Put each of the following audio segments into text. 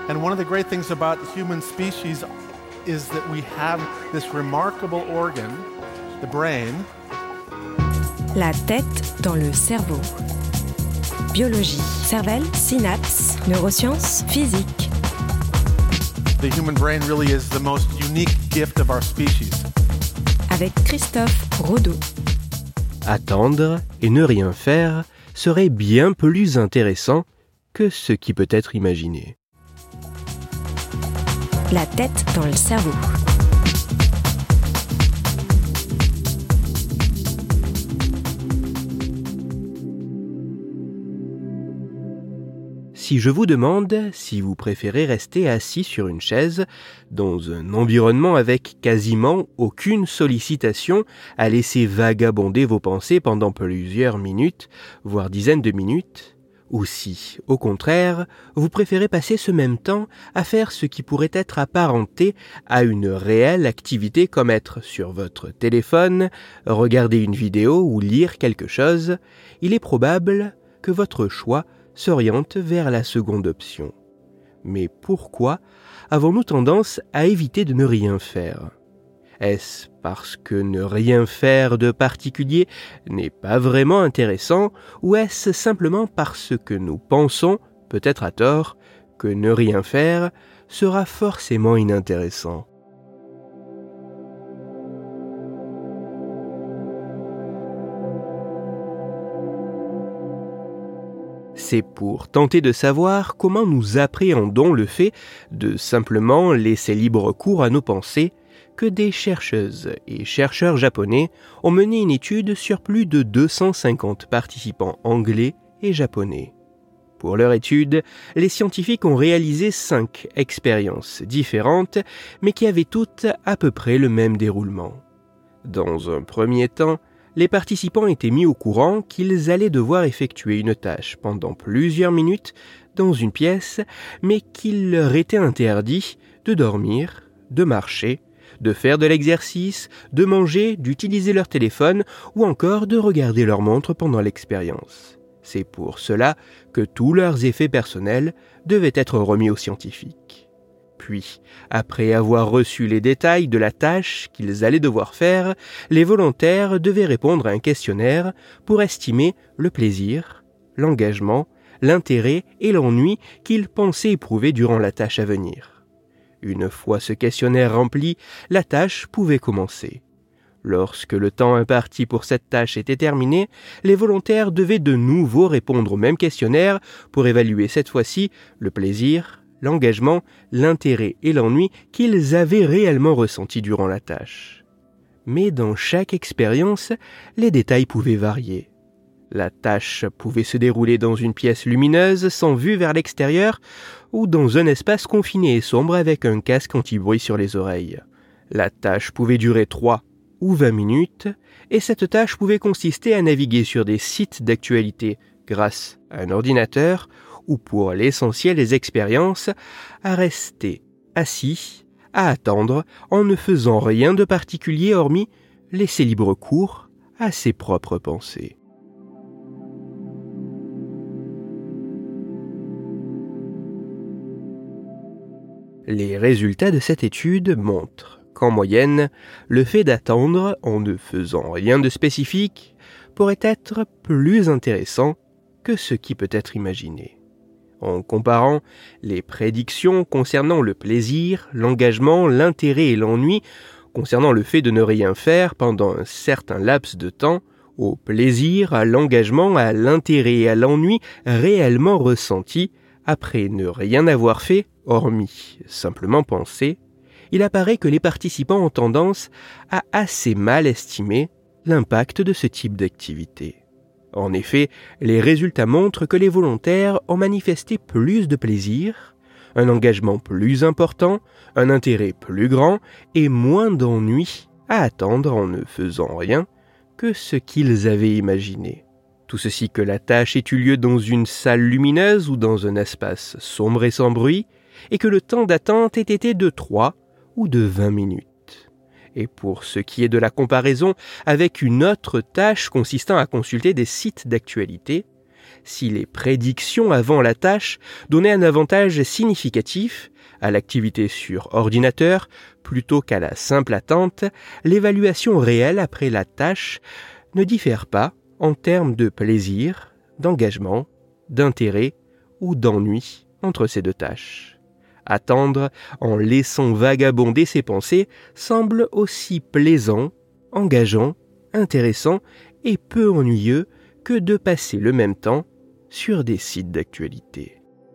And one of the great things about the human species is that we have this remarkable organ, the brain. La tête dans le cerveau. Biologie, cervelle, synapses, neurosciences, physique. The human brain really is the most unique gift of our species. Avec Christophe Rodeau. Attendre et ne rien faire serait bien plus intéressant que ce qui peut être imaginé. La tête dans le cerveau. Si je vous demande si vous préférez rester assis sur une chaise, dans un environnement avec quasiment aucune sollicitation à laisser vagabonder vos pensées pendant plusieurs minutes, voire dizaines de minutes, ou si, au contraire, vous préférez passer ce même temps à faire ce qui pourrait être apparenté à une réelle activité comme être sur votre téléphone, regarder une vidéo ou lire quelque chose, il est probable que votre choix s'oriente vers la seconde option. Mais pourquoi avons-nous tendance à éviter de ne rien faire ? Est-ce parce que ne rien faire de particulier n'est pas vraiment intéressant, ou est-ce simplement parce que nous pensons, peut-être à tort, que ne rien faire sera forcément inintéressant ? C'est pour tenter de savoir comment nous appréhendons le fait de simplement laisser libre cours à nos pensées que des chercheuses et chercheurs japonais ont mené une étude sur plus de 250 participants anglais et japonais. Pour leur étude, les scientifiques ont réalisé 5 expériences différentes, mais qui avaient toutes à peu près le même déroulement. Dans un premier temps, les participants étaient mis au courant qu'ils allaient devoir effectuer une tâche pendant plusieurs minutes dans une pièce, mais qu'il leur était interdit de dormir, de marcher, de faire de l'exercice, de manger, d'utiliser leur téléphone ou encore de regarder leur montre pendant l'expérience. C'est pour cela que tous leurs effets personnels devaient être remis aux scientifiques. Puis, après avoir reçu les détails de la tâche qu'ils allaient devoir faire, les volontaires devaient répondre à un questionnaire pour estimer le plaisir, l'engagement, l'intérêt et l'ennui qu'ils pensaient éprouver durant la tâche à venir. Une fois ce questionnaire rempli, la tâche pouvait commencer. Lorsque le temps imparti pour cette tâche était terminé, les volontaires devaient de nouveau répondre au même questionnaire pour évaluer cette fois-ci le plaisir, l'engagement, l'intérêt et l'ennui qu'ils avaient réellement ressenti durant la tâche. Mais dans chaque expérience, les détails pouvaient varier. La tâche pouvait se dérouler dans une pièce lumineuse sans vue vers l'extérieur ou dans un espace confiné et sombre avec un casque anti-bruit sur les oreilles. La tâche pouvait durer 3 ou 20 minutes et cette tâche pouvait consister à naviguer sur des sites d'actualité grâce à un ordinateur ou pour l'essentiel des expériences, à rester assis, à attendre, en ne faisant rien de particulier hormis laisser libre cours à ses propres pensées. Les résultats de cette étude montrent qu'en moyenne, le fait d'attendre en ne faisant rien de spécifique pourrait être plus intéressant que ce qui peut être imaginé. En comparant les prédictions concernant le plaisir, l'engagement, l'intérêt et l'ennui, concernant le fait de ne rien faire pendant un certain laps de temps, au plaisir, à l'engagement, à l'intérêt et à l'ennui réellement ressentis après ne rien avoir fait, hormis simplement penser, il apparaît que les participants ont tendance à assez mal estimer l'impact de ce type d'activité. En effet, les résultats montrent que les volontaires ont manifesté plus de plaisir, un engagement plus important, un intérêt plus grand et moins d'ennui à attendre en ne faisant rien que ce qu'ils avaient imaginé. Tout ceci que la tâche ait eu lieu dans une salle lumineuse ou dans un espace sombre et sans bruit, et que le temps d'attente ait été de 3 ou de 20 minutes. Et pour ce qui est de la comparaison avec une autre tâche consistant à consulter des sites d'actualité, si les prédictions avant la tâche donnaient un avantage significatif à l'activité sur ordinateur plutôt qu'à la simple attente, l'évaluation réelle après la tâche ne diffère pas en termes de plaisir, d'engagement, d'intérêt ou d'ennui entre ces deux tâches. Attendre en laissant vagabonder ses pensées semble aussi plaisant, engageant, intéressant et peu ennuyeux que de passer le même temps sur des sites d'actualité.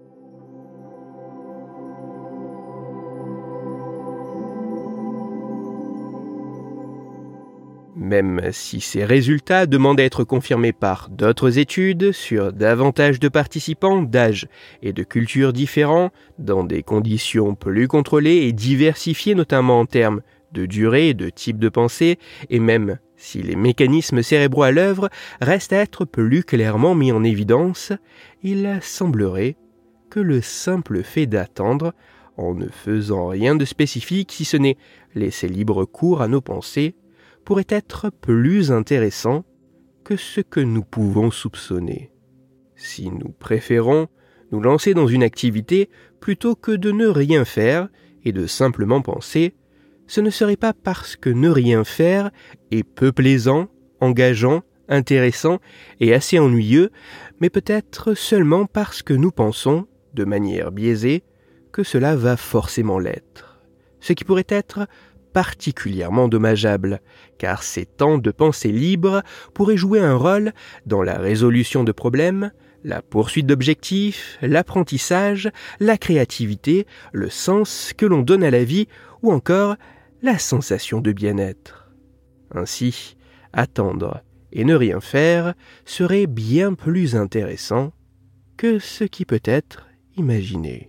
Même si ces résultats demandent à être confirmés par d'autres études sur davantage de participants d'âge et de cultures différents, dans des conditions plus contrôlées et diversifiées notamment en termes de durée et de type de pensée, et même si les mécanismes cérébraux à l'œuvre restent à être plus clairement mis en évidence, il semblerait que le simple fait d'attendre, en ne faisant rien de spécifique si ce n'est laisser libre cours à nos pensées, pourrait être plus intéressant que ce que nous pouvons soupçonner. Si nous préférons nous lancer dans une activité plutôt que de ne rien faire et de simplement penser, ce ne serait pas parce que ne rien faire est peu plaisant, engageant, intéressant et assez ennuyeux, mais peut-être seulement parce que nous pensons, de manière biaisée, que cela va forcément l'être. Ce qui pourrait être particulièrement dommageable, car ces temps de pensée libre pourraient jouer un rôle dans la résolution de problèmes, la poursuite d'objectifs, l'apprentissage, la créativité, le sens que l'on donne à la vie ou encore la sensation de bien-être. Ainsi, attendre et ne rien faire serait bien plus intéressant que ce qui peut être imaginé.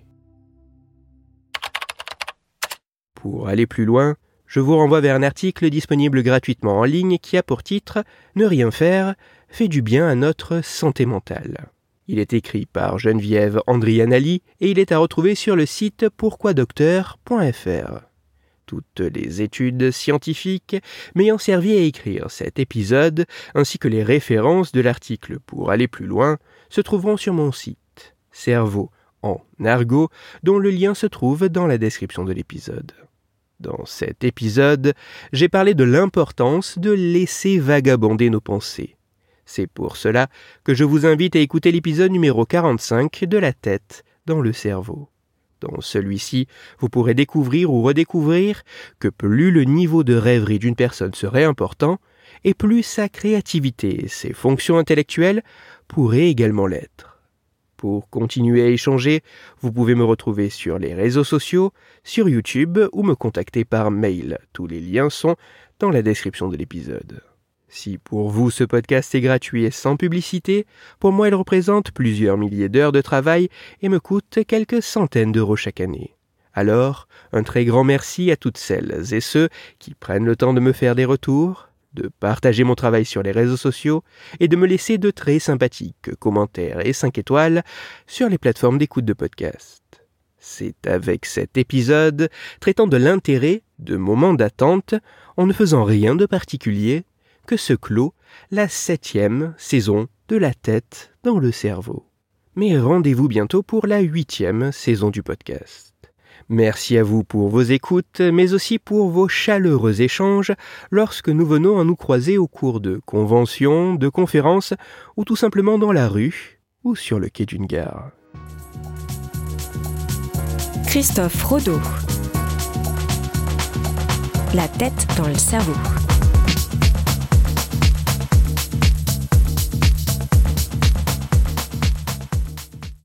Pour aller plus loin, je vous renvoie vers un article disponible gratuitement en ligne qui a pour titre « Ne rien faire fait du bien à notre santé mentale ». Il est écrit par Geneviève Andrianali et il est à retrouver sur le site pourquoidocteur.fr. Toutes les études scientifiques m'ayant servi à écrire cet épisode, ainsi que les références de l'article pour aller plus loin, se trouveront sur mon site, Cerveau en argot, dont le lien se trouve dans la description de l'épisode. Dans cet épisode, j'ai parlé de l'importance de laisser vagabonder nos pensées. C'est pour cela que je vous invite à écouter l'épisode numéro 45 de La tête dans le cerveau. Dans celui-ci, vous pourrez découvrir ou redécouvrir que plus le niveau de rêverie d'une personne serait important, et plus sa créativité et ses fonctions intellectuelles pourraient également l'être. Pour continuer à échanger, vous pouvez me retrouver sur les réseaux sociaux, sur YouTube ou me contacter par mail. Tous les liens sont dans la description de l'épisode. Si pour vous ce podcast est gratuit et sans publicité, pour moi il représente plusieurs milliers d'heures de travail et me coûte quelques centaines d'euros chaque année. Alors, un très grand merci à toutes celles et ceux qui prennent le temps de me faire des retours, de partager mon travail sur les réseaux sociaux et de me laisser de très sympathiques commentaires et 5 étoiles sur les plateformes d'écoute de podcast. C'est avec cet épisode traitant de l'intérêt de moments d'attente en ne faisant rien de particulier que se clôt la 7e saison de La tête dans le cerveau. Mais rendez-vous bientôt pour la 8e saison du podcast. Merci à vous pour vos écoutes, mais aussi pour vos chaleureux échanges lorsque nous venons à nous croiser au cours de conventions, de conférences ou tout simplement dans la rue ou sur le quai d'une gare. Christophe Rodeau. La tête dans le cerveau.